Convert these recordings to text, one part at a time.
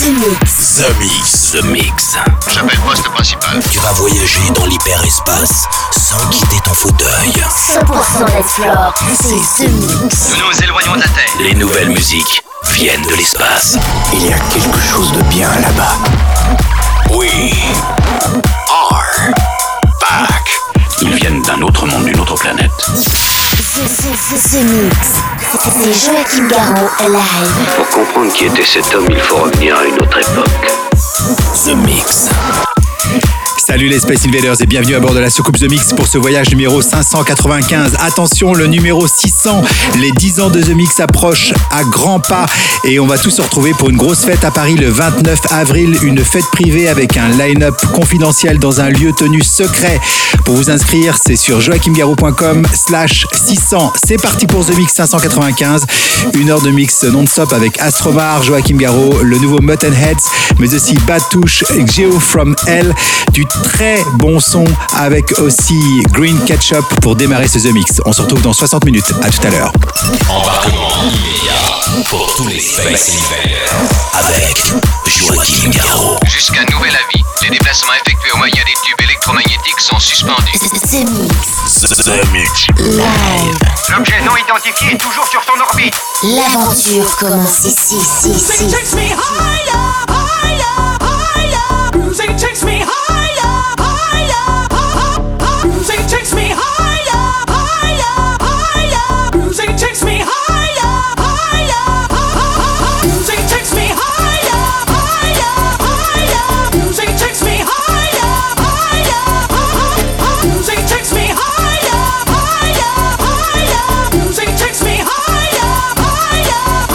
The Mix. J'appelle poste principal. Tu vas voyager dans l'hyperespace sans quitter ton fauteuil. 100% d'explore, c'est The Mix. Nous nous éloignons de la Terre. Les nouvelles musiques viennent de l'espace. Il y a quelque chose de bien là-bas. We are back. Ils viennent d'un autre monde, d'une autre planète. The Mix. C'est Joachim Garraud live. Pour comprendre qui était cet homme, il faut revenir à une autre époque. The Mix. Salut les Space Invaders et bienvenue à bord de la soucoupe The Mix pour ce voyage numéro 595. Attention, le numéro 600, les 10 ans de The Mix approchent à grands pas et on va tous se retrouver pour une grosse fête à Paris le 29 avril, une fête privée avec un line-up confidentiel dans un lieu tenu secret. Pour vous inscrire, c'est sur joachimgarraud.com/600. C'est parti pour The Mix 595, une heure de mix non-stop avec Astromar, Joachim Garraud, le nouveau Mutton Heads, mais aussi Bad Touche, Geo from Hell, du très bon son avec aussi Green Ketchup pour démarrer ce The Mix. On se retrouve dans 60 minutes. À tout à l'heure. Embarquement immédiat pour tous les Space Invaders avec Joachim Garraud. Jusqu'à nouvel avis, les déplacements effectués au moyen des tubes électromagnétiques sont suspendus. The Mix. The Mix. Live. L'objet non identifié est toujours sur son orbite. L'aventure commence ici. Music takes me higher, higher, higher. Music takes me higher, higher, higher. Music takes me higher, higher, higher. Music takes me higher, higher, higher. Music takes me higher, higher, higher. Music takes me higher, higher, higher. Music takes me higher, higher, higher. Music takes me higher, higher,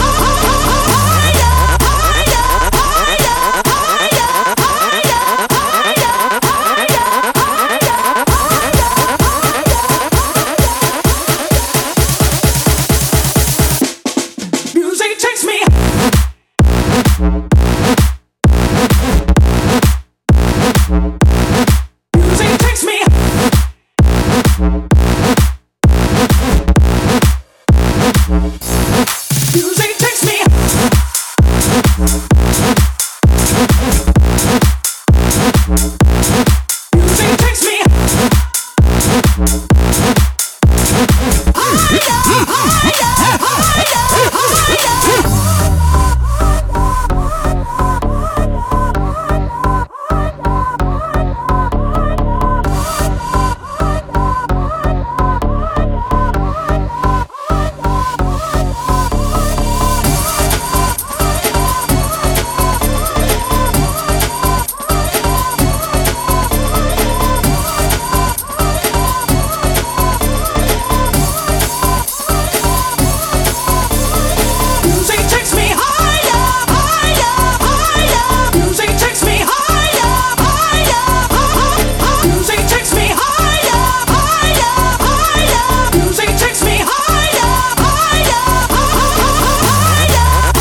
Music takes me. Music takes me. Music takes me. Music takes me. Music takes me higher, higher, higher. Music takes me higher, higher, higher. Music takes me higher, higher, higher. Music takes me higher, higher, higher,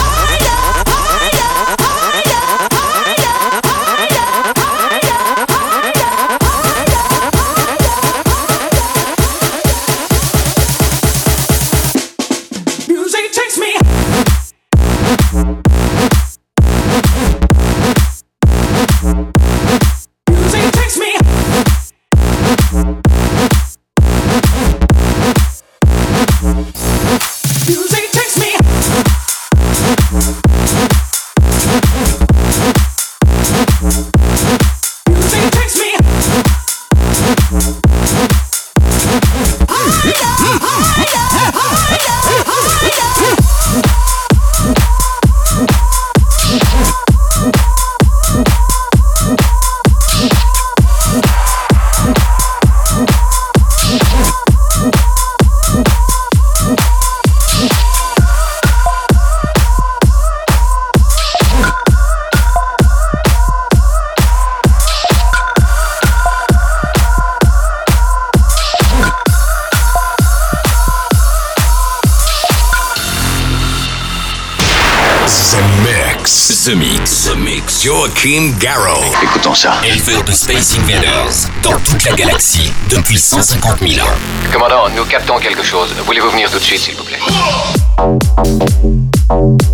Music takes me. Music takes me. Music takes me. Music takes me. The Mix. Joachim Garraud. Écoutons ça. Éleveur de Space Invaders dans toute la galaxie depuis 150 000 ans. Commandant, nous captons quelque chose. Voulez-vous venir tout de suite, s'il vous plaît?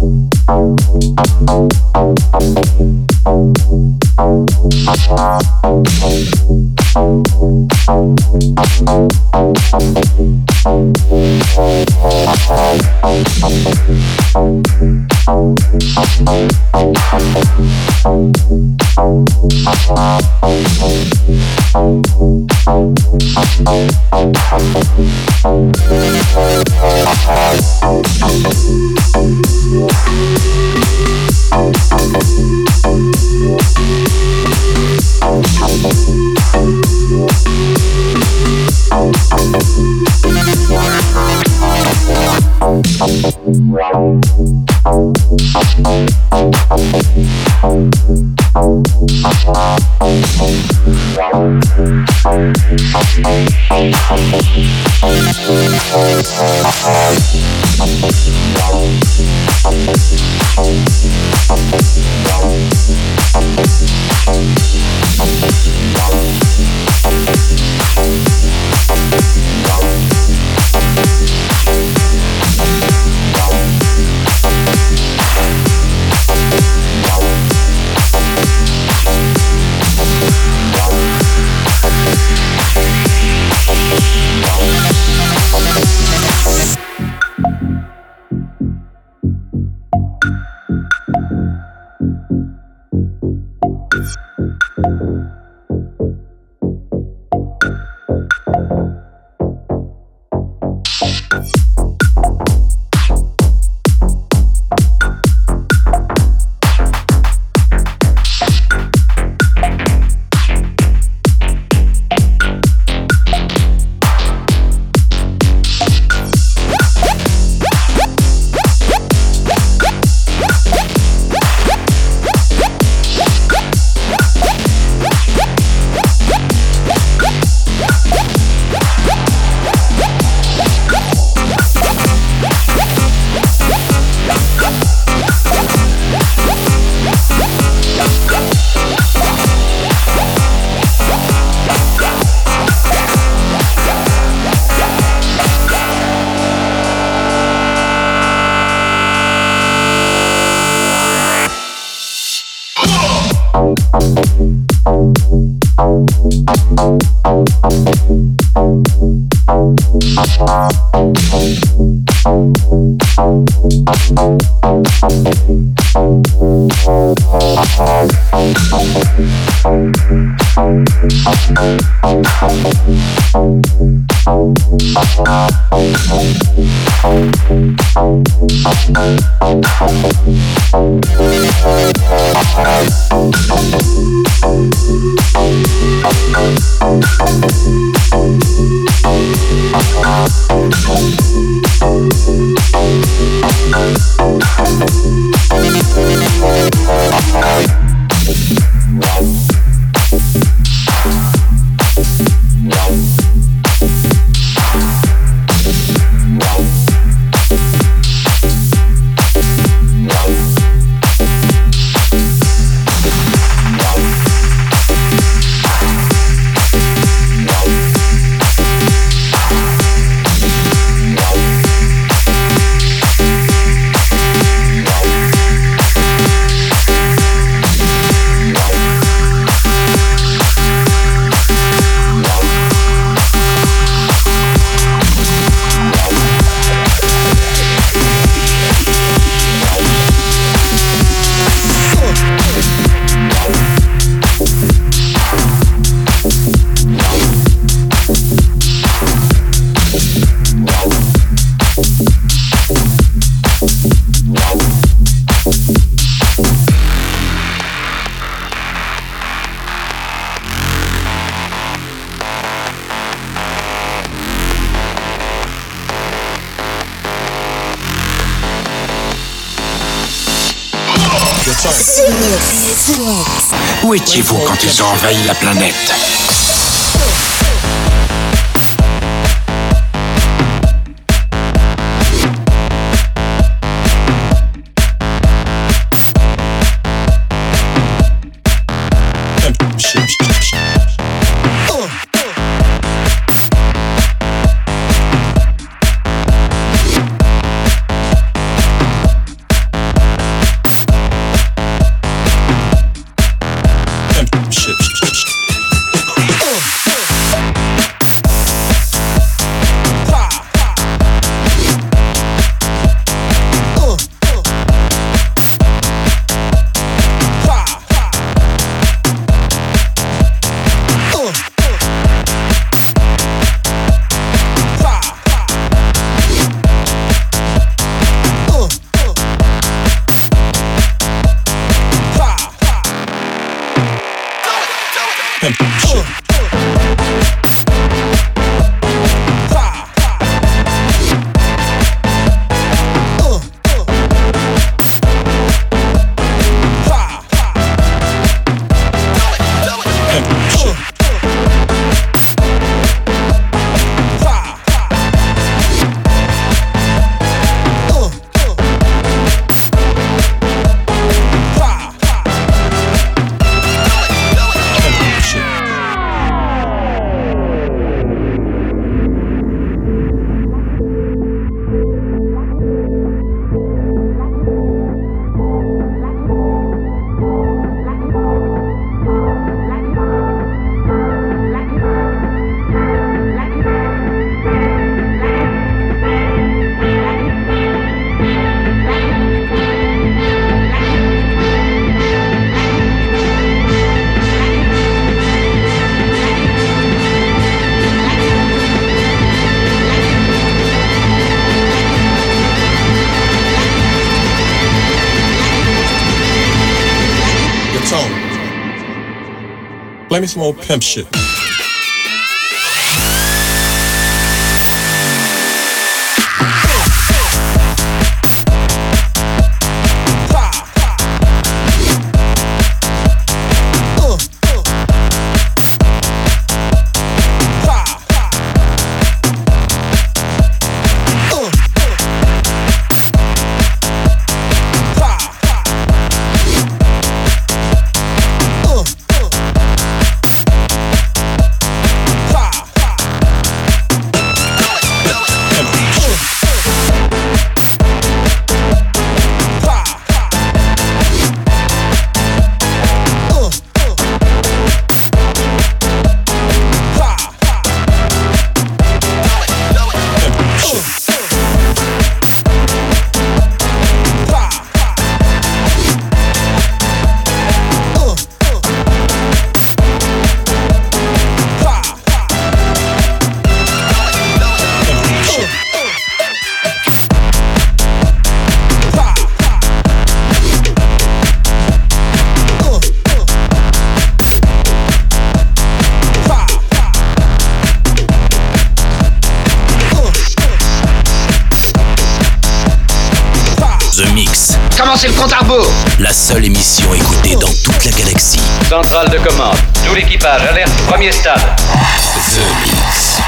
Où étiez-vous quand ils ont envahi la planète ? pimp shit. Play me some old pimp shit. Commencez le compte à rebours. La seule émission écoutée dans toute la galaxie. Centrale de commande. Tout l'équipage, alerte, premier stade. The Mix.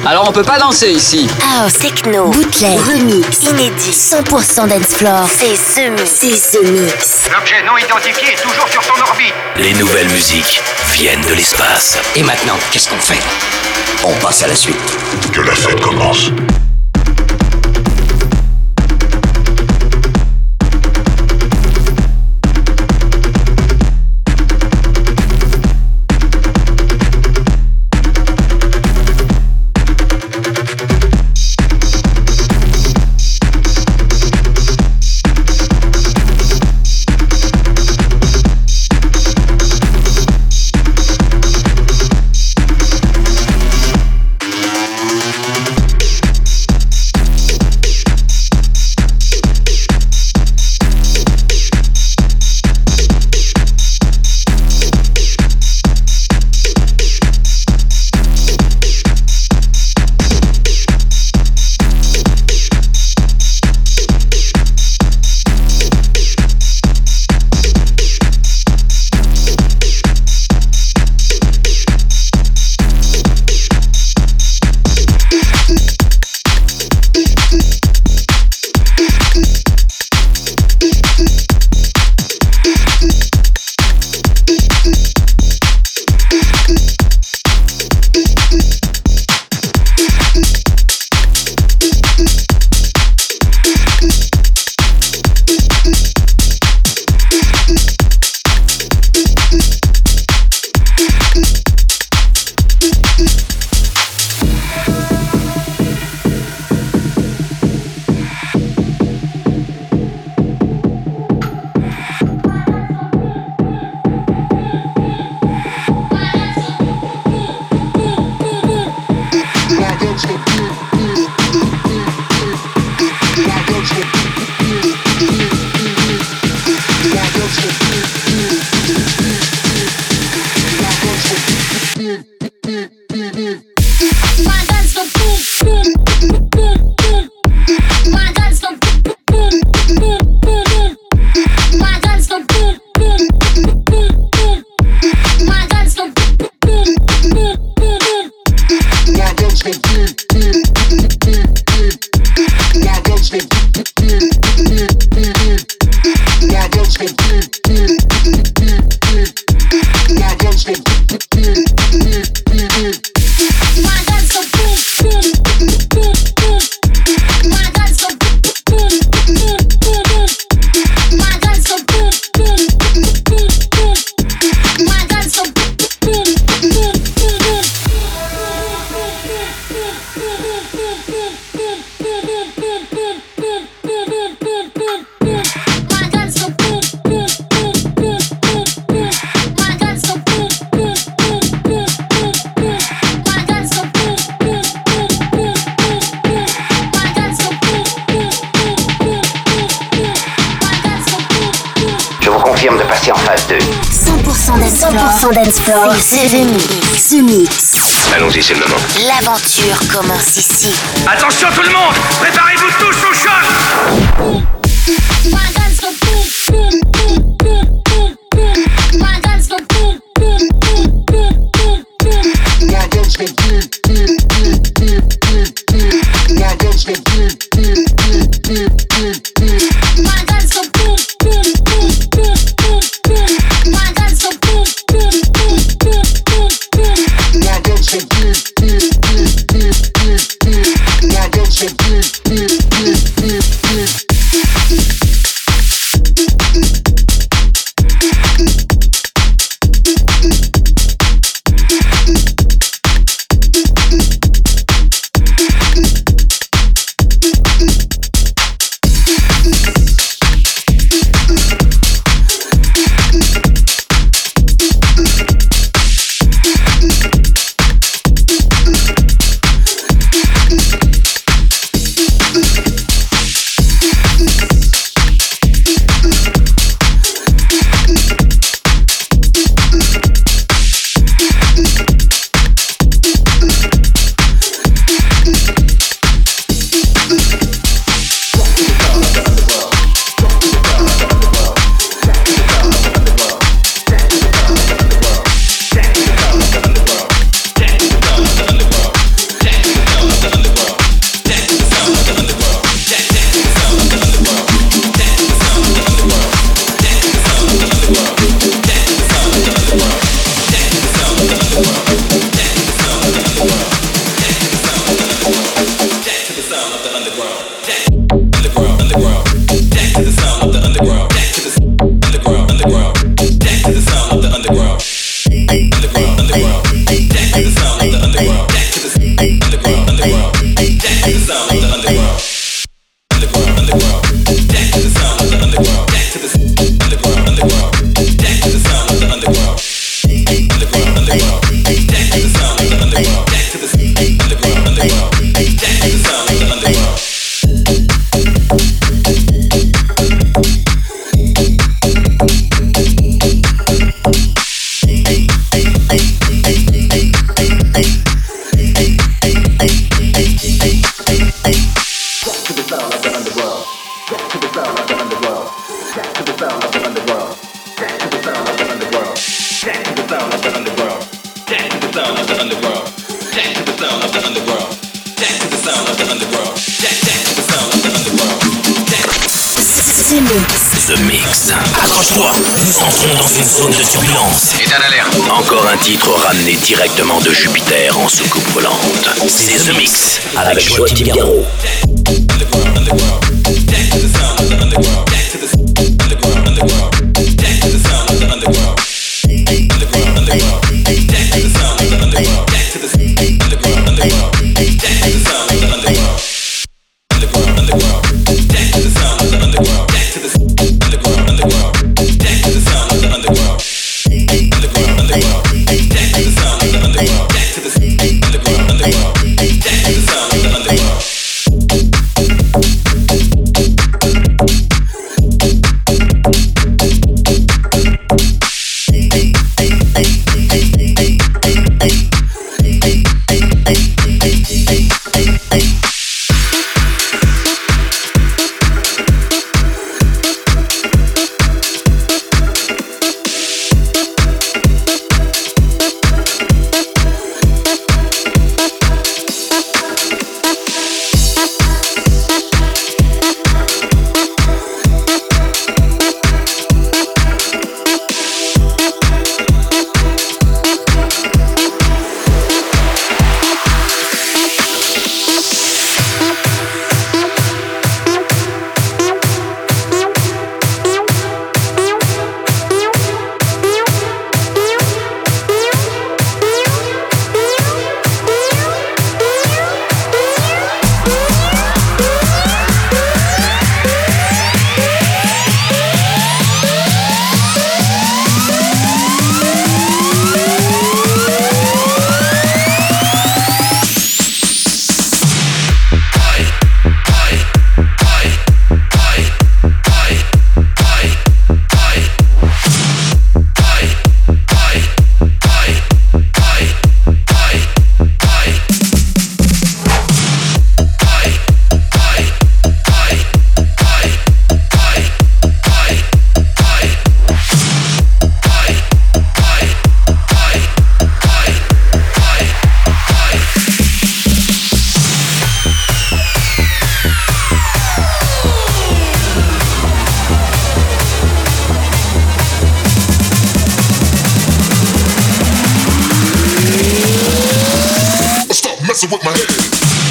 Alors on peut pas danser ici. House, techno, bootleg, remix, inédit, 100% dance floor. C'est The Mix. C'est The Mix. L'objet non identifié est toujours sur son orbite. Les nouvelles musiques viennent de l'espace. Et maintenant, qu'est-ce qu'on fait? On passe à la suite. Que la fête commence. De passer en phase 2. 100% dance floor. C'est The Mix. The Mix. Allons-y, c'est le moment. L'aventure commence ici. Attention tout le monde, préparez-vous tous au choc. The Mix. Accroche-toi, nous entrons dans une zone de turbulence. État d'alerte. Encore un titre ramené directement de Jupiter en soucoupe volante. C'est The Mix avec Joachim Garraud. With my head.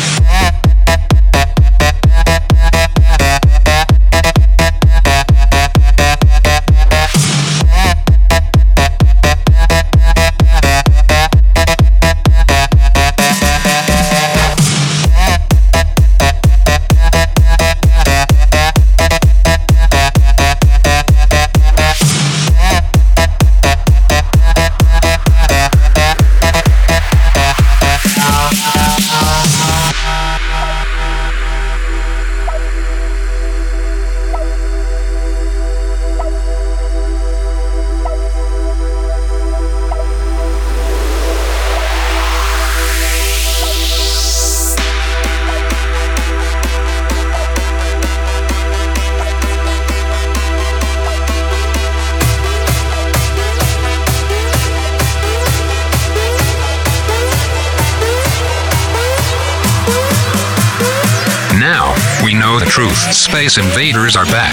Truth. Space Invaders are back.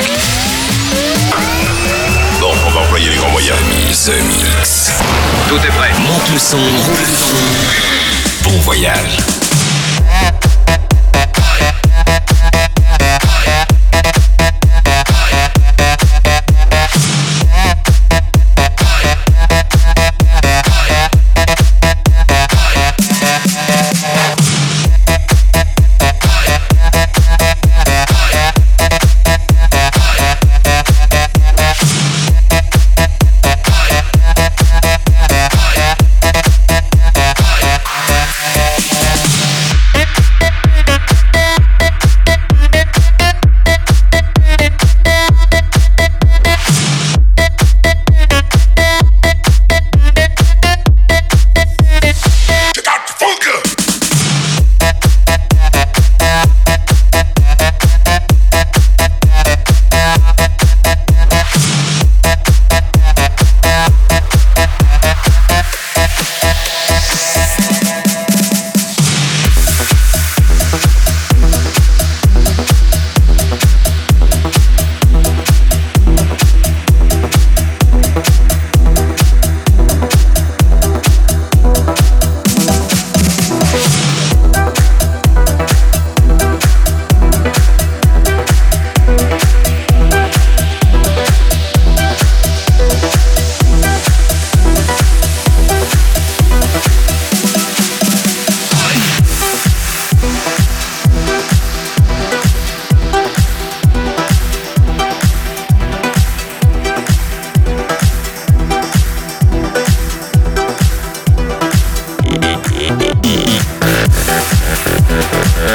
Bon, on va employer les grands moyens. The Mix. Tout est prêt. Monte le son, roule le son. Bon voyage.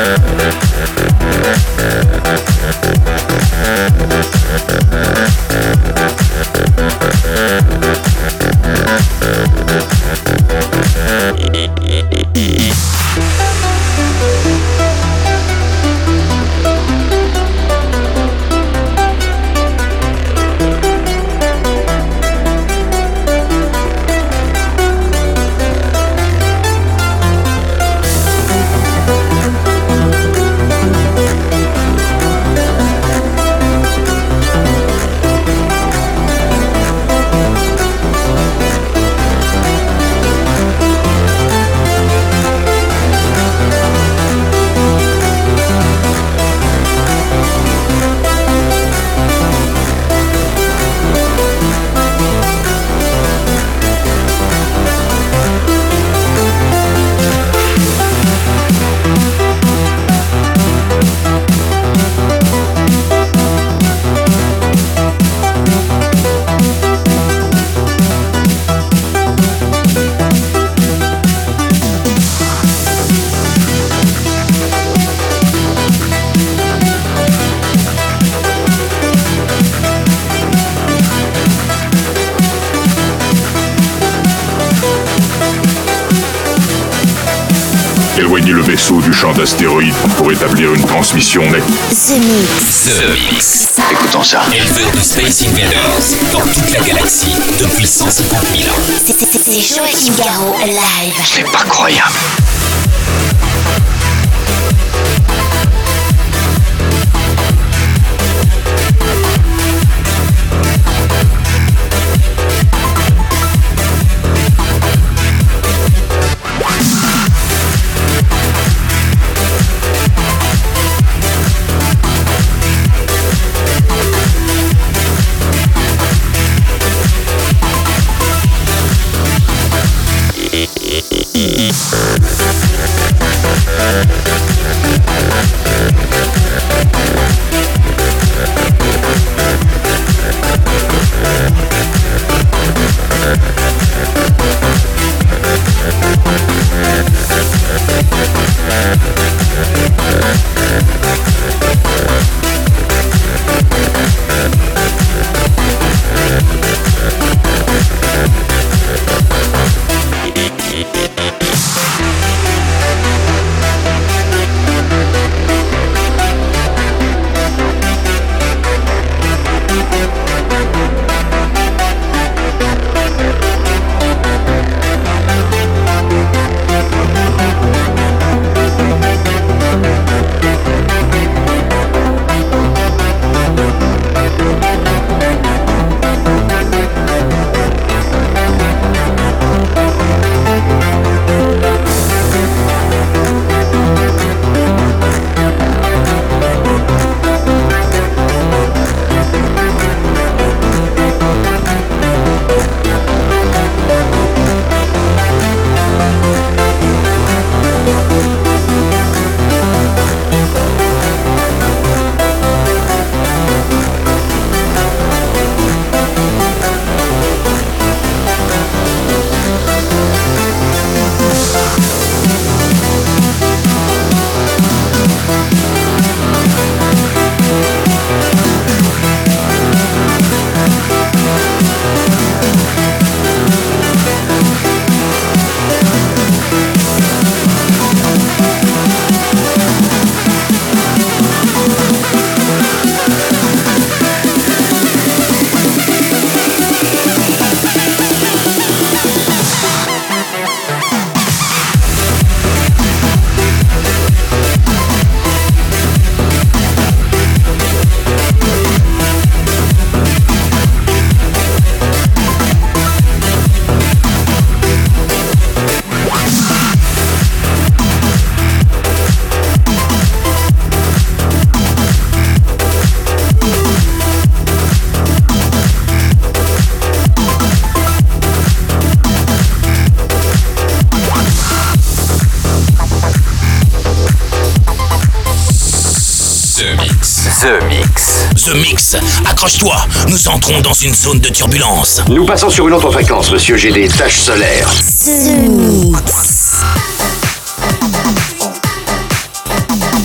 Éloignez le vaisseau du champ d'astéroïdes pour établir une transmission nette. The Mix. The Mix. Écoutons ça. Éleveur de Space Invaders dans toute la galaxie depuis 150 000 ans. C'est Joachim Garraud live. C'est pas croyable. The Mix. The Mix, accroche-toi, nous entrons dans une zone de turbulence. Nous passons sur une autre fréquence, monsieur, j'ai des taches solaires. The Mix.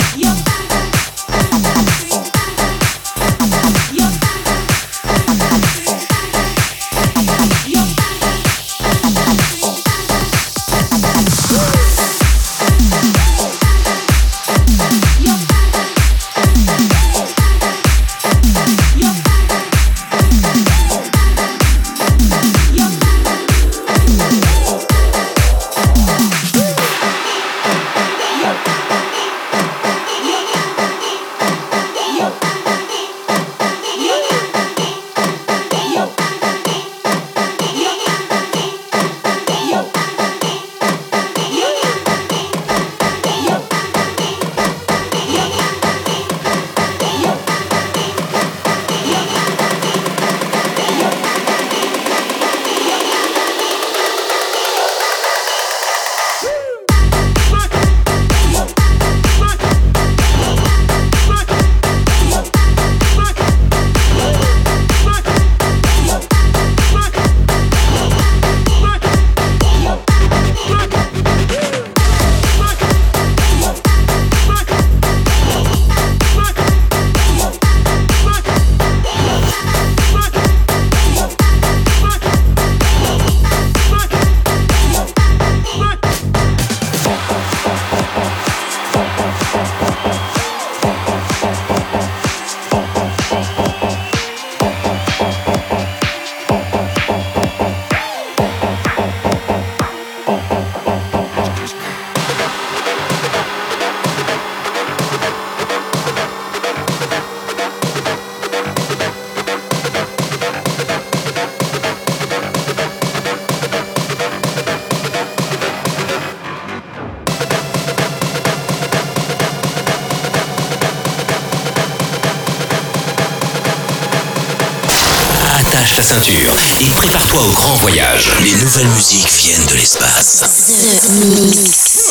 ta ceinture et prépare-toi au grand voyage. Les nouvelles musiques viennent de l'espace. The Mix.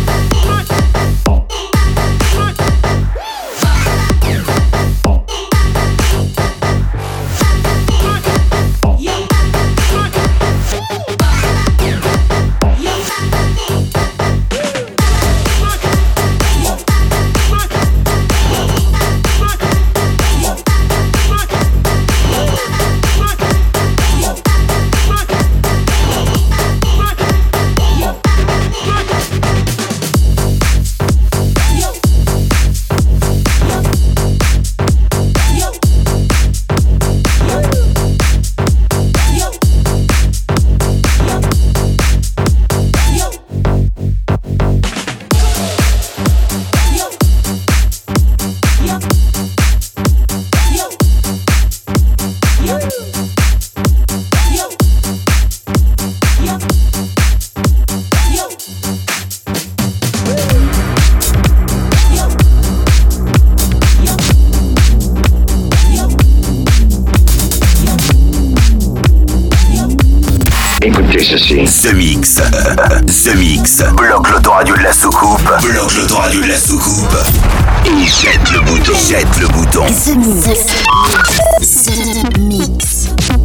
Écoutez ceci. The Mix. The Mix. Bloque l'autoradio de la soucoupe. Bloque l'autoradio de la soucoupe. Et jette le bouton. Jette le bouton. The Mix. The Mix.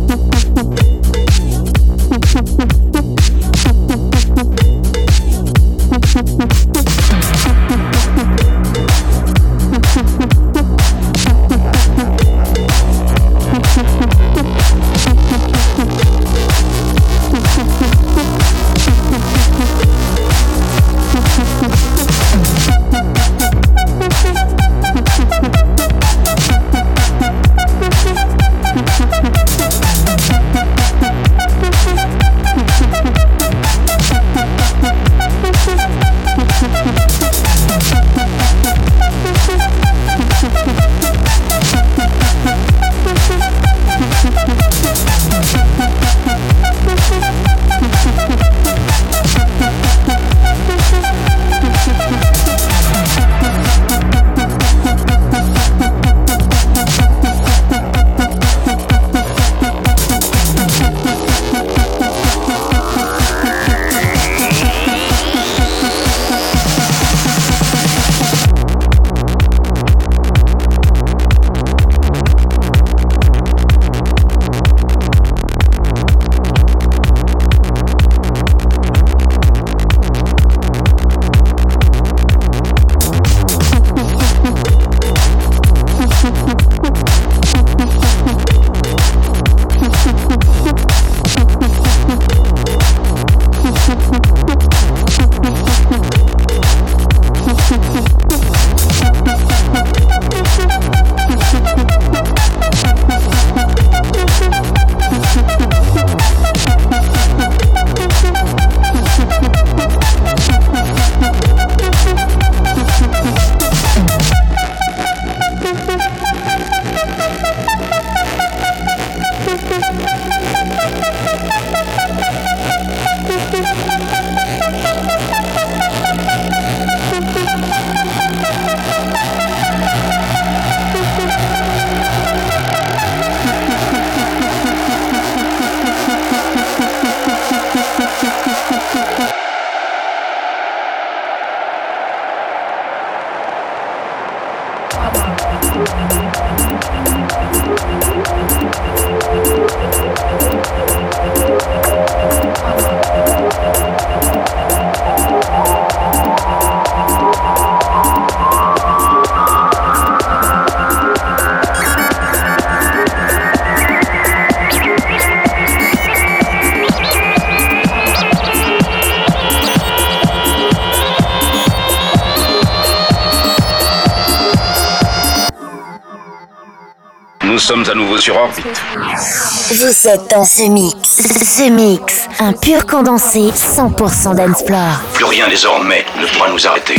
Nous sommes à nouveau sur orbite. Vous êtes dans The Mix. The Mix, un pur condensé 100% dancefloor. Plus rien désormais ne pourra nous arrêter.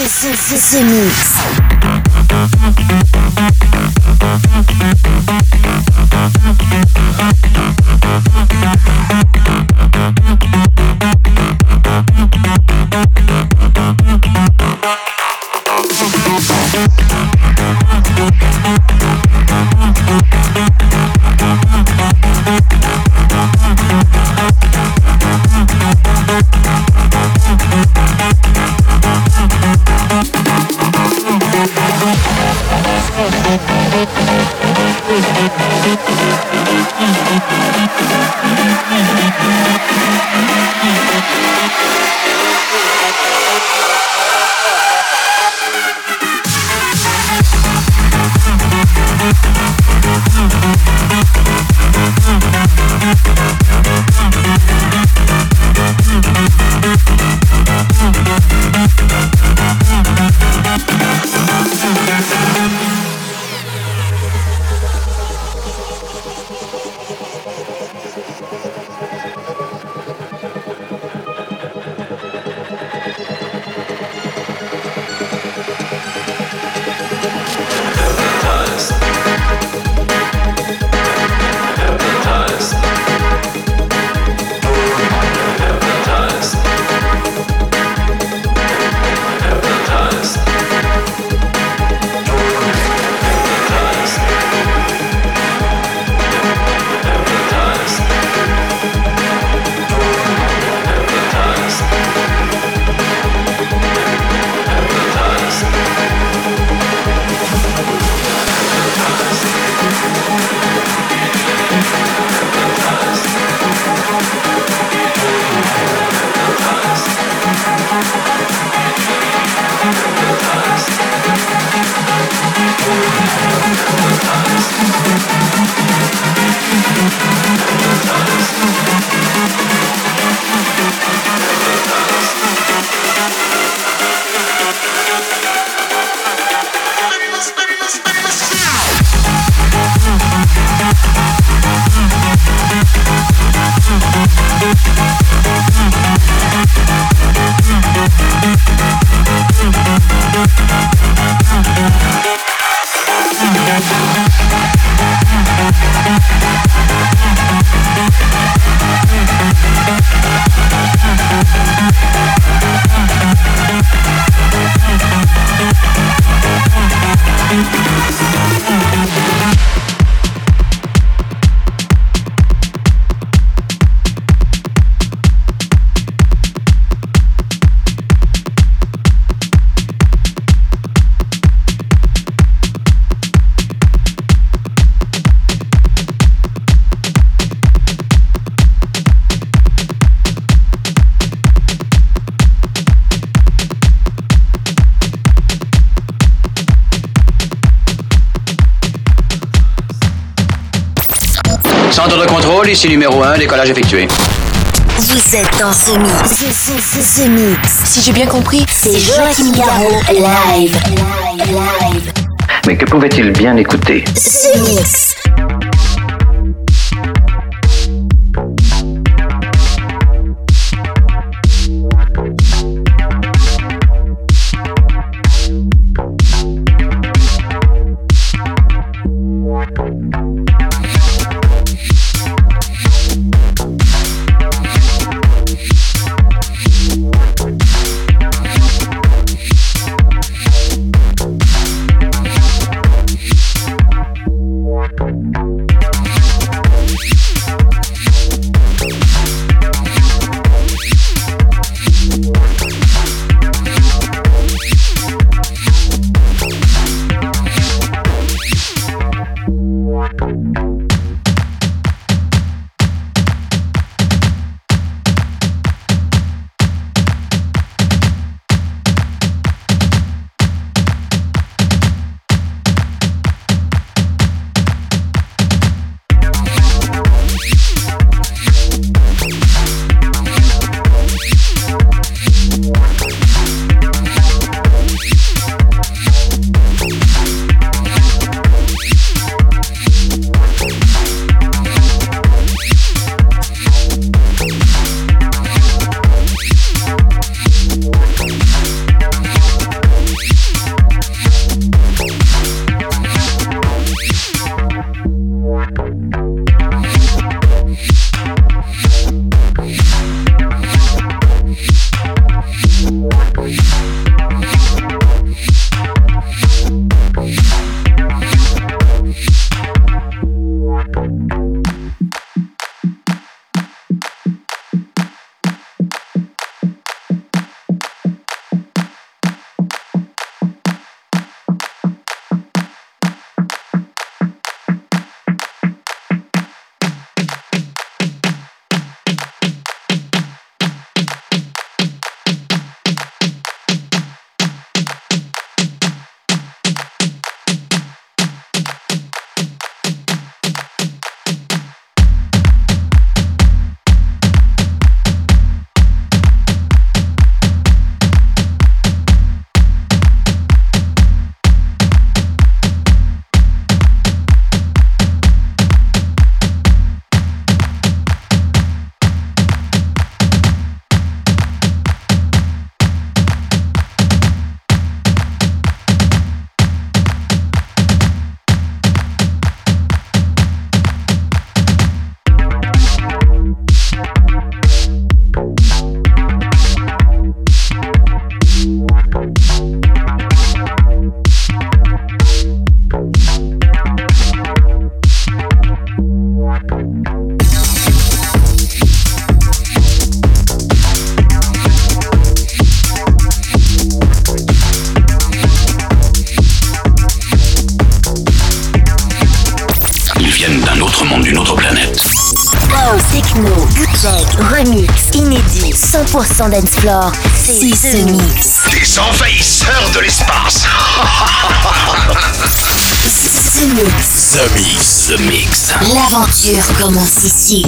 The Mix. Centre de contrôle, ici numéro 1, décollage effectué. Vous êtes dans The Mix. The Mix. Si j'ai bien compris, c'est Joachim Garraud live. Mais que pouvait-il bien écouter? The Mix. D'une autre planète. House, techno, bootleg, remix, inédit, 100% dance floor, c'est The Mix. Des envahisseurs de l'espace. The Mix. The Mix. The Mix. L'aventure commence ici.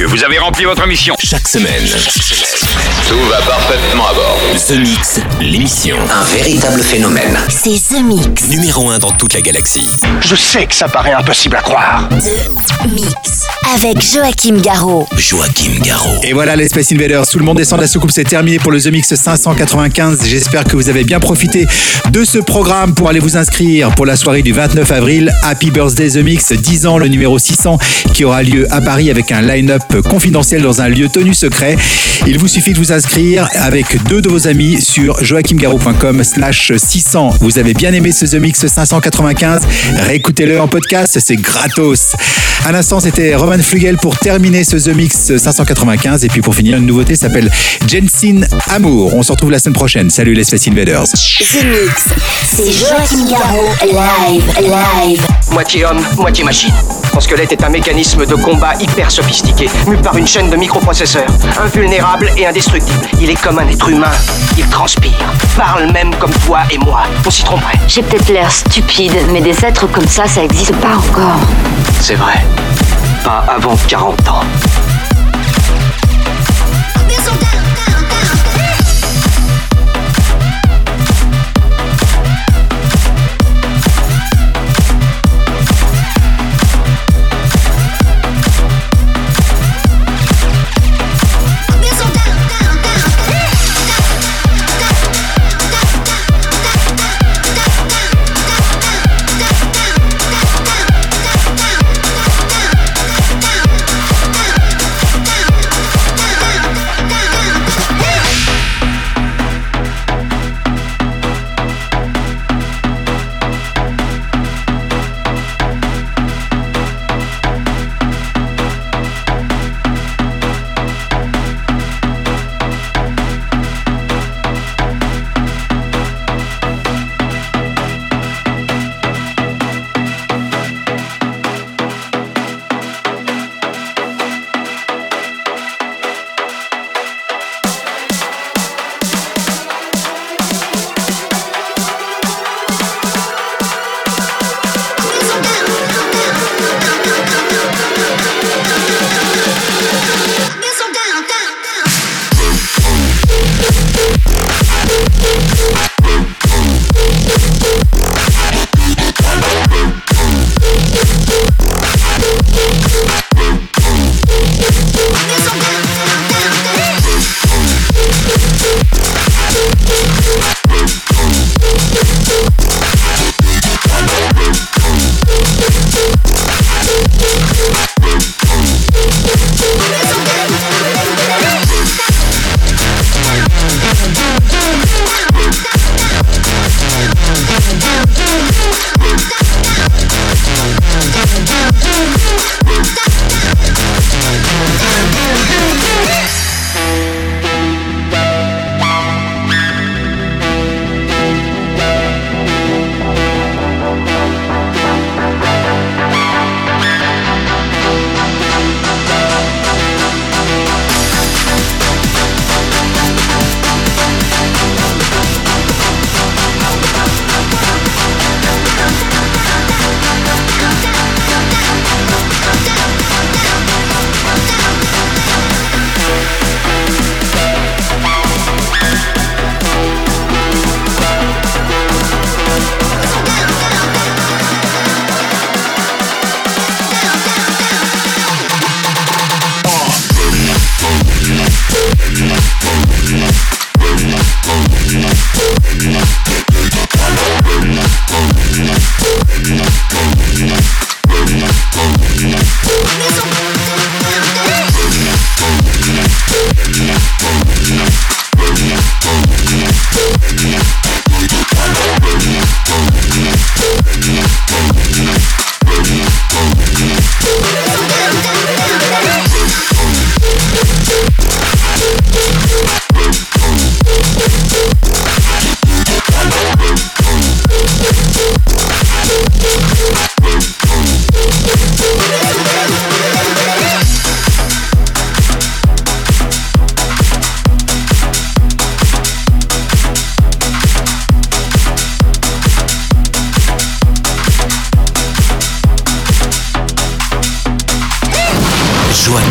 messieurs, vous avez rempli votre mission. Chaque semaine. Tout va parfaitement à bord. The Mix, l'émission. Un véritable phénomène. C'est The Mix. Numéro 1 dans toute la galaxie. Je sais que ça paraît impossible à croire. The Mix. Avec Joachim Garraud. Joachim Garraud. Et voilà les Space Invaders, tout le monde descend de la soucoupe, c'est terminé pour le The Mix 595. J'espère que vous avez bien profité de ce programme pour aller vous inscrire pour la soirée du 29 avril. Happy Birthday The Mix, 10 ans, le numéro 600 qui aura lieu à Paris avec un line-up confidentiel dans un lieu tenu secret. Il vous suffit de vous inscrire avec 2 de vos amis sur joachimgarraud.com/600. Vous avez bien aimé ce The Mix 595, réécoutez-le en podcast, c'est gratos. À l'instant, c'était Roman Flugel pour terminer ce The Mix 595. Et puis pour finir, une nouveauté s'appelle Jensen Amour. On se retrouve la semaine prochaine. Salut les Space Invaders. The Mix, c'est Joachim Garraud, live. Moitié homme, moitié machine. Son squelette est un mécanisme de combat hyper sophistiqué, mu par une chaîne de microprocesseurs, invulnérable et indestructible. Il est comme un être humain. Il transpire, parle même comme toi et moi. On s'y tromperait. J'ai peut-être l'air stupide, mais des êtres comme ça existe pas encore. C'est vrai. Pas avant 40 ans.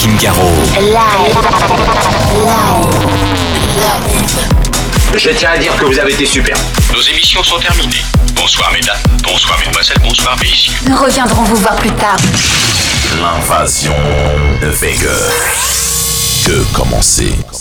Kim Garo. Live. Je tiens à dire que vous avez été super. Nos émissions sont terminées. Bonsoir mesdames, bonsoir mesdemoiselles, bonsoir messieurs. Nous reviendrons vous voir plus tard. L'invasion de Vega. Que commencer?